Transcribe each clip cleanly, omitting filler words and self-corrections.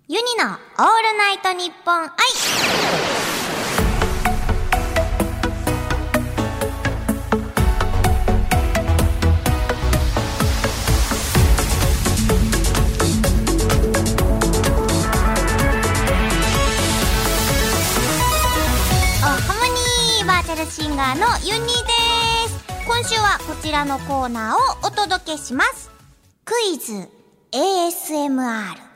ユニのオールナイトニッポン愛。おハモニーバーチャルシンガーのユニです。今週はこちらのコーナーをお届けします。クイズ ASMR。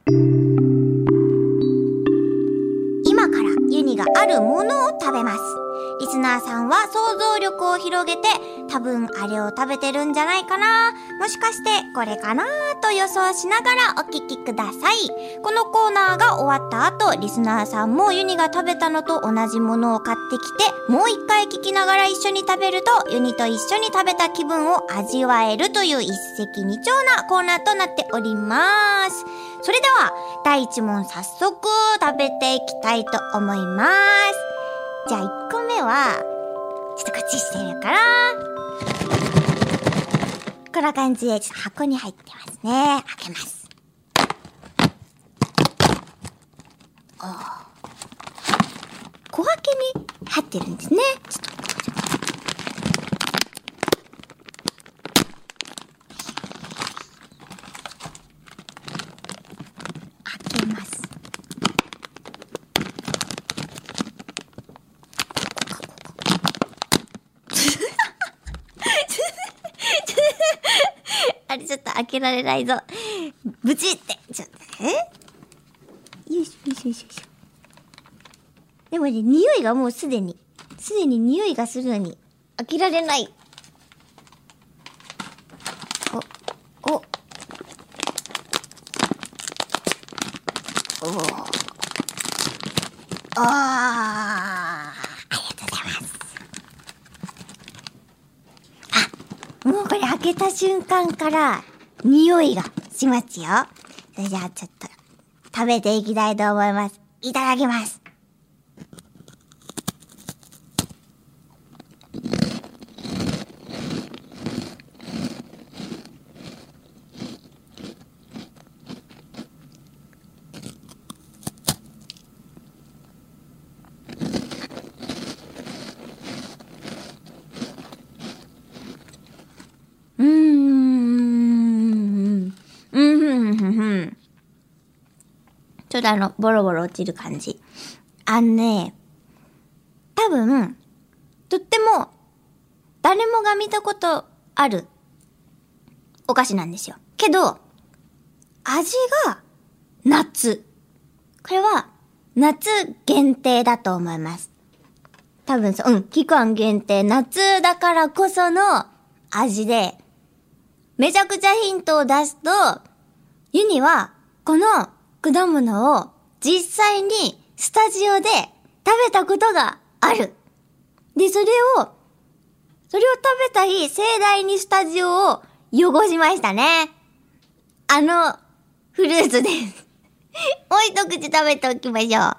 今からユニがあるものを食べます。リスナーさんは想像力を広げて、多分あれを食べてるんじゃないかな、もしかしてこれかなと予想しながらお聞きください。このコーナーが終わった後、リスナーさんもユニが食べたのと同じものを買ってきて、もう一回聞きながら一緒に食べると、ユニと一緒に食べた気分を味わえるという一石二鳥なコーナーとなっております。それでは第1問早速食べていきたいと思います。じゃあ1個目はちょっとこっちしてるから、こんな感じでちょっと箱に入ってますね。開けます。小分けに入ってるんですね。ちょっと開けます。あれちょっと開けられないぞ。ブチってちょっとよいしょよいしょよいしょ。でもね、匂いがもうすでに匂いがするのに開けられない。ありがとうございます。もうこれ開けた瞬間から匂いがしますよ。それじゃあちょっと食べていきたいと思います。いただきます。ちょっとボロボロ落ちる感じ。多分、とっても、誰もが見たことあるお菓子なんですよ。けど、味が夏。これは、夏限定だと思います。多分期間限定、夏だからこその味で、めちゃくちゃヒントを出すと、ユニは、この果物を実際にスタジオで食べたことがある。で、それを食べた日、盛大にスタジオを汚しましたね。フルーツです。もう一口食べておきましょう。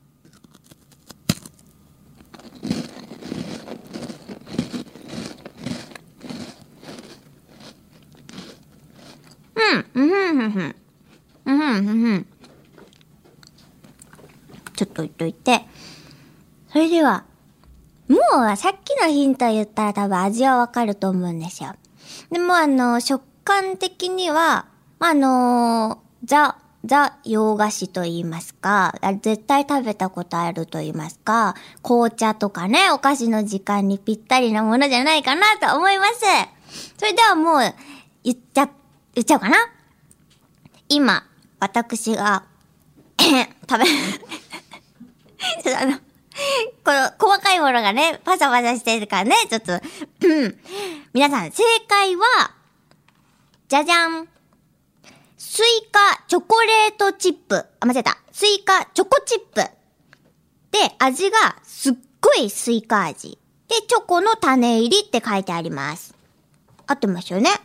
ちょっと置いといて。それでは、もうさっきのヒント言ったら多分味はわかると思うんですよ。でも食感的には、ザ洋菓子と言いますか、絶対食べたことあると言いますか、紅茶とかね、お菓子の時間にぴったりなものじゃないかなと思います。それではもう、言っちゃおうかな。今、私が、食べ、ちょっとこの細かいものがね、パサパサしてるからね、ちょっと、皆さん、正解は、じゃじゃん。スイカチョコレートチップ。間違えた。スイカチョコチップ。で、味がすっごいスイカ味。で、チョコの種入りって書いてあります。合ってますよね。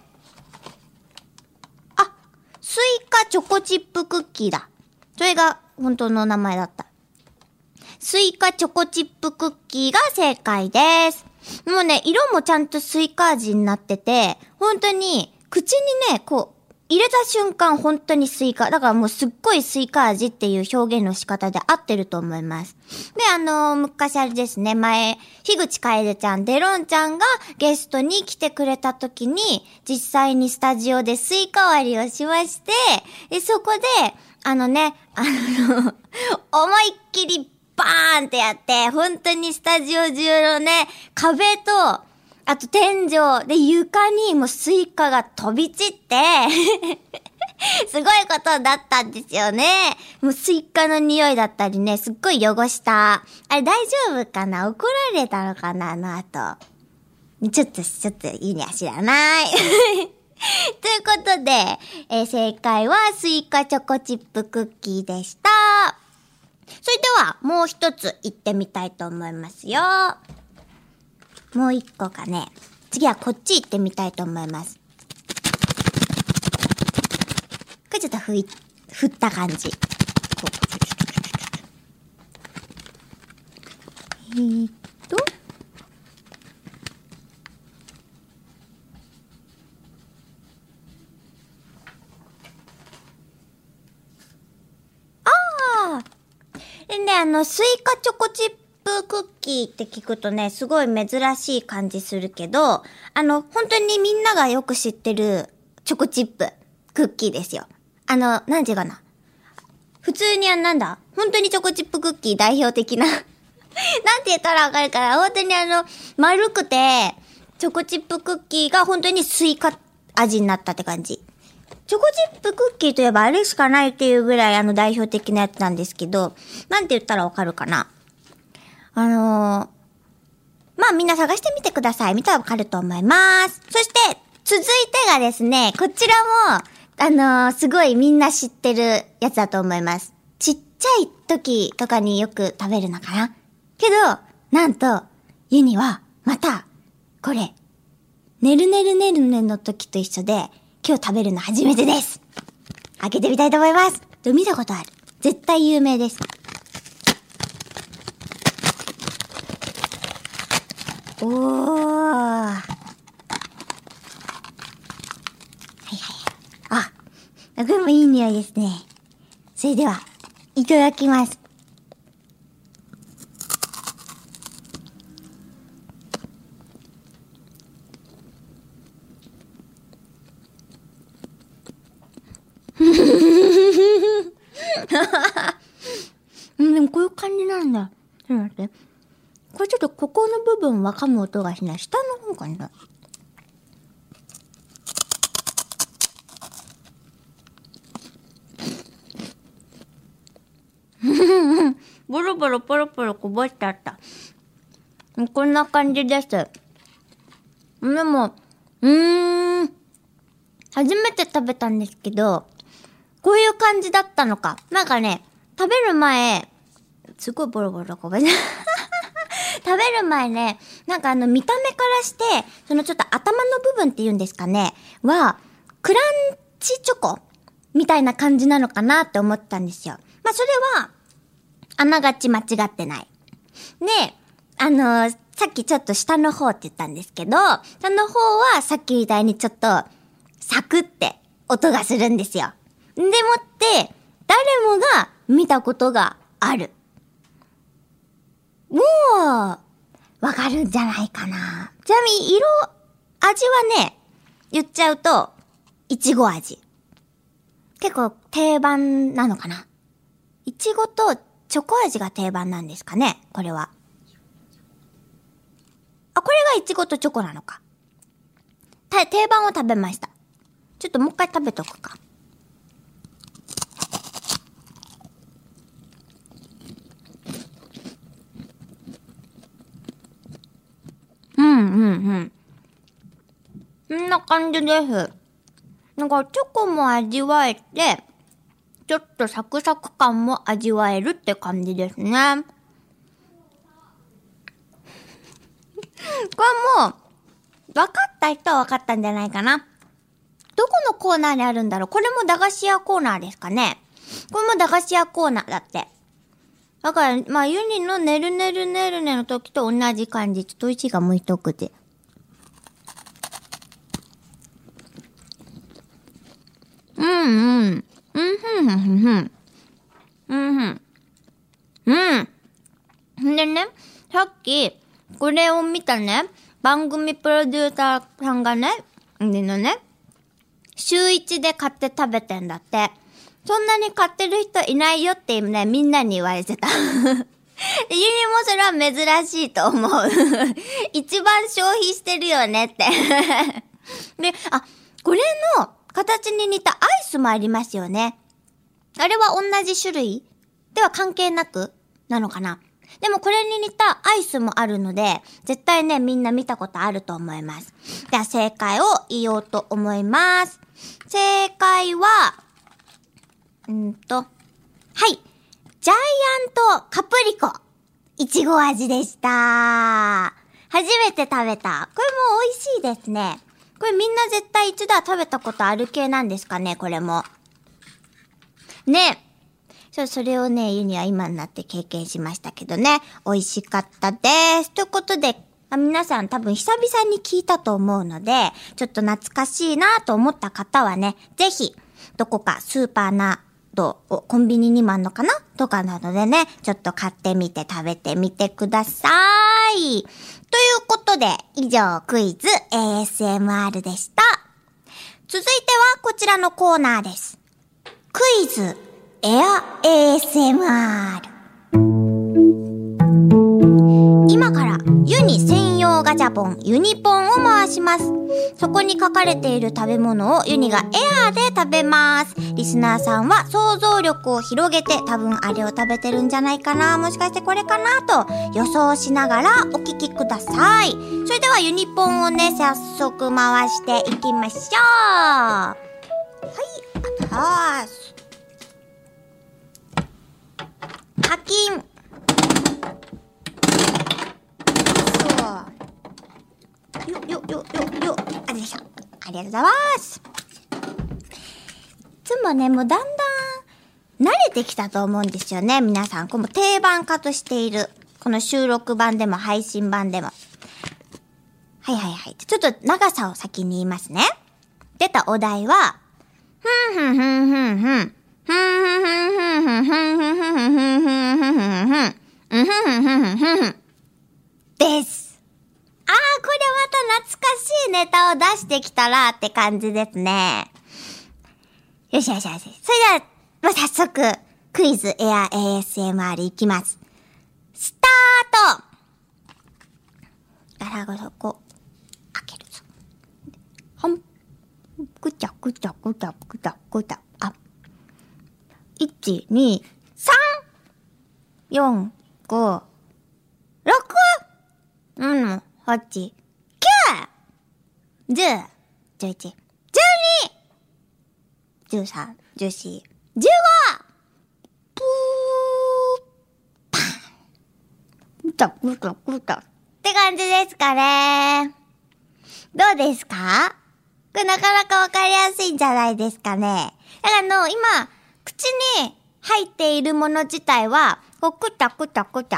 スイカチョコチップクッキーだ。それが本当の名前だった。スイカチョコチップクッキーが正解です。もうね、色もちゃんとスイカ味になってて、本当に口にね、こう、 入れた瞬間本当にスイカ。だからもうすっごいスイカ味っていう表現の仕方で合ってると思います。で、昔あれですね、前、樋口楓ちゃん、デロンちゃんがゲストに来てくれた時に、実際にスタジオでスイカ割りをしまして、で、そこで、思いっきりバーンってやって、本当にスタジオ中のね、壁と、あと天井で床にもうスイカが飛び散ってすごいことだったんですよね。もうスイカの匂いだったりね、すっごい汚した。あれ大丈夫かな？怒られたのかな、あの後。ちょっといいね、知らない。ということで、正解はスイカチョコチップクッキーでした。それではもう一つ行ってみたいと思いますよ。もう一個かね。次はこっち行ってみたいと思います。これちょっと振った感じ。でね、スイカチョコチップクッキーって聞くとね、すごい珍しい感じするけど、本当にみんながよく知ってるチョコチップクッキーですよ。なんていうかな。普通に本当にチョコチップクッキー代表的な。なんて言ったらわかるから、本当に丸くて、チョコチップクッキーが本当にスイカ味になったって感じ。チョコチップクッキーといえばあれしかないっていうぐらい代表的なやつなんですけど、なんて言ったらわかるかな。まあみんな探してみてください。見たらわかると思います。そして、続いてがですね、こちらも、すごいみんな知ってるやつだと思います。ちっちゃい時とかによく食べるのかな。けど、なんと、ユニは、また、これ、ねるねるねるねの時と一緒で、今日食べるの初めてです。開けてみたいと思います。見たことある。絶対有名です。おー。はいはい。あ、これもいい匂いですね。それでは、いただきます。でもこういう感じなんだ。ちょっと待って。これちょっとここの部分は噛む音がしない。下の方かな。ボロボロポロポロこぼしちゃった。こんな感じです。でも、初めて食べたんですけど、こういう感じだったのか。なんかね、食べる前、すごいボロボロこぼし食べる前ね、なんか見た目からして、そのちょっと頭の部分っていうんですかね、は、クランチチョコみたいな感じなのかなって思ったんですよ。まあ、それは、あながち間違ってない。で、さっきちょっと下の方って言ったんですけど、その方はさっきみたいにちょっと、サクって音がするんですよ。でもって、誰もが見たことがある。もう、わかるんじゃないかな。ちなみに味はね、言っちゃうと、いちご味。結構定番なのかな。いちごとチョコ味が定番なんですかね、これは。あ、これがいちごとチョコなのか。定番を食べました。ちょっともう一回食べとくか。こんな感じです。なんかチョコも味わえて、ちょっとサクサク感も味わえるって感じですね。これもう、分かった人は分かったんじゃないかな。どこのコーナーにあるんだろう。これも駄菓子屋コーナーですかね。これも駄菓子屋コーナーだって。だから、まあ、ユニのねるねるねるねの時と同じ感じ。ちょっと美味しいが向いとくで。 ん。でね、さっき、これを見たね、番組プロデューサーさんがね、週1で買って食べてんだって。そんなに買ってる人いないよってね、みんなに言われてた。ユニもそれは珍しいと思う。一番消費してるよねって。で、これの形に似たアイスもありますよね。あれは同じ種類では関係なくなのかな。でもこれに似たアイスもあるので、絶対ね、みんな見たことあると思います。では正解を言おうと思います。正解は、はい。ジャイアントカプリコ。いちご味でした。初めて食べた。これも美味しいですね。これみんな絶対一度は食べたことある系なんですかね、これも。ね。それをね、ユニは今になって経験しましたけどね。美味しかったです。ということで、皆さん多分久々に聞いたと思うので、ちょっと懐かしいなと思った方はね、ぜひ、どこかスーパーなど、コンビニにもあんのかなとかなどでね、ちょっと買ってみて食べてみてください。ということで、以上クイズ ASMR でした。続いてはこちらのコーナーです。クイズエア ASMR。今からユニ専用ガチャポンユニポンを回します。そこに書かれている食べ物をユニがエアーで食べます。リスナーさんは想像力を広げて多分あれを食べてるんじゃないかな、もしかしてこれかなと予想しながらお聞きください。それではユニポンをね、早速回していきましょう。はい、あたーす。課金。ありがとうございます。いつもね、もうだんだん慣れてきたと思うんですよね、皆さん。この定番化としている。この収録版でも配信版でも。はい。ちょっと長さを先に言いますね。出たお題は、です。これまた懐かしいネタを出してきたらって感じですね。よし。それでは、早速、クイズエア ASMR いきます。スタート。ガラゴソこう、開けるぞ。ぐちゃ。1、2、3、4、5、6、7、8、9、10、11、12、13、14、15、プー、パン。ぐた。って感じですかね。どうですか？これなかなかわかりやすいんじゃないですかね。だから今、口に入っているもの自体は、くた、プ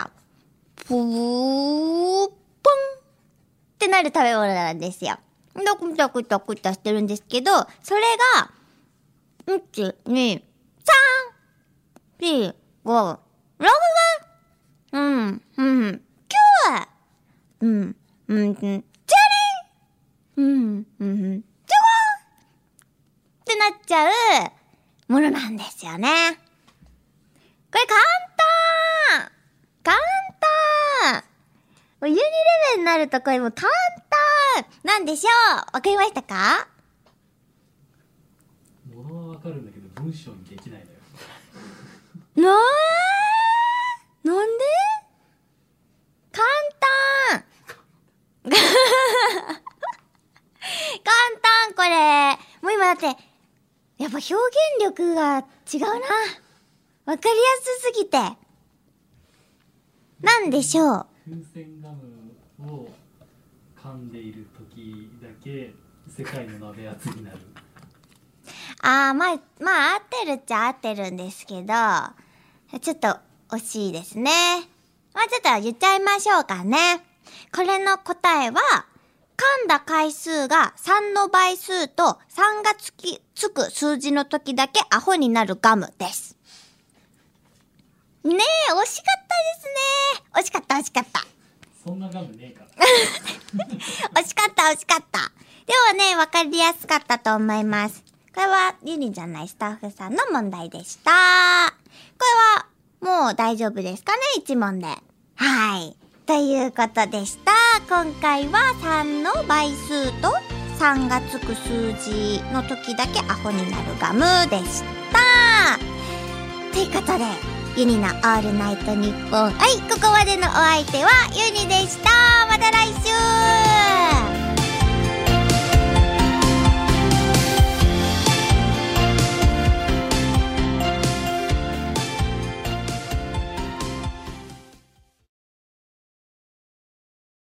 ー、ポンってなる食べ物なんですよ。くたしてるんですけど、それが、1、2、3、4、5、6、9、12、15ってなっちゃうものなんですよね。これ簡単もうユニレベルになるとこれも簡単なんでしょう。わかりましたか？ ものはわかるんだけど文章にできないのよ。 なんで？簡単これ。もう今だって、やっぱ表現力が違うな。わかりやすすぎて。なんでしょう。 風船ガムを噛んでいる時だけ世界の鍋厚になる。 まあ合ってるっちゃ合ってるんですけど、ちょっと惜しいですね。ちょっと言っちゃいましょうかね。これの答えは、 噛んだ回数が3の倍数と3がつく数字の時だけアホになるガムです。ねえ、惜しかったですね。惜しかった。 そんなガムねえから惜しかった。でもね、わかりやすかったと思います。これはユニじゃないスタッフさんの問題でした。これはもう大丈夫ですかね、1問で。はい。ということでした。今回は3の倍数と3がつく数字の時だけアホになるガムでした。ということで、ユニのオールナイトニッポン。はい、ここまでのお相手はユニでした。また来週。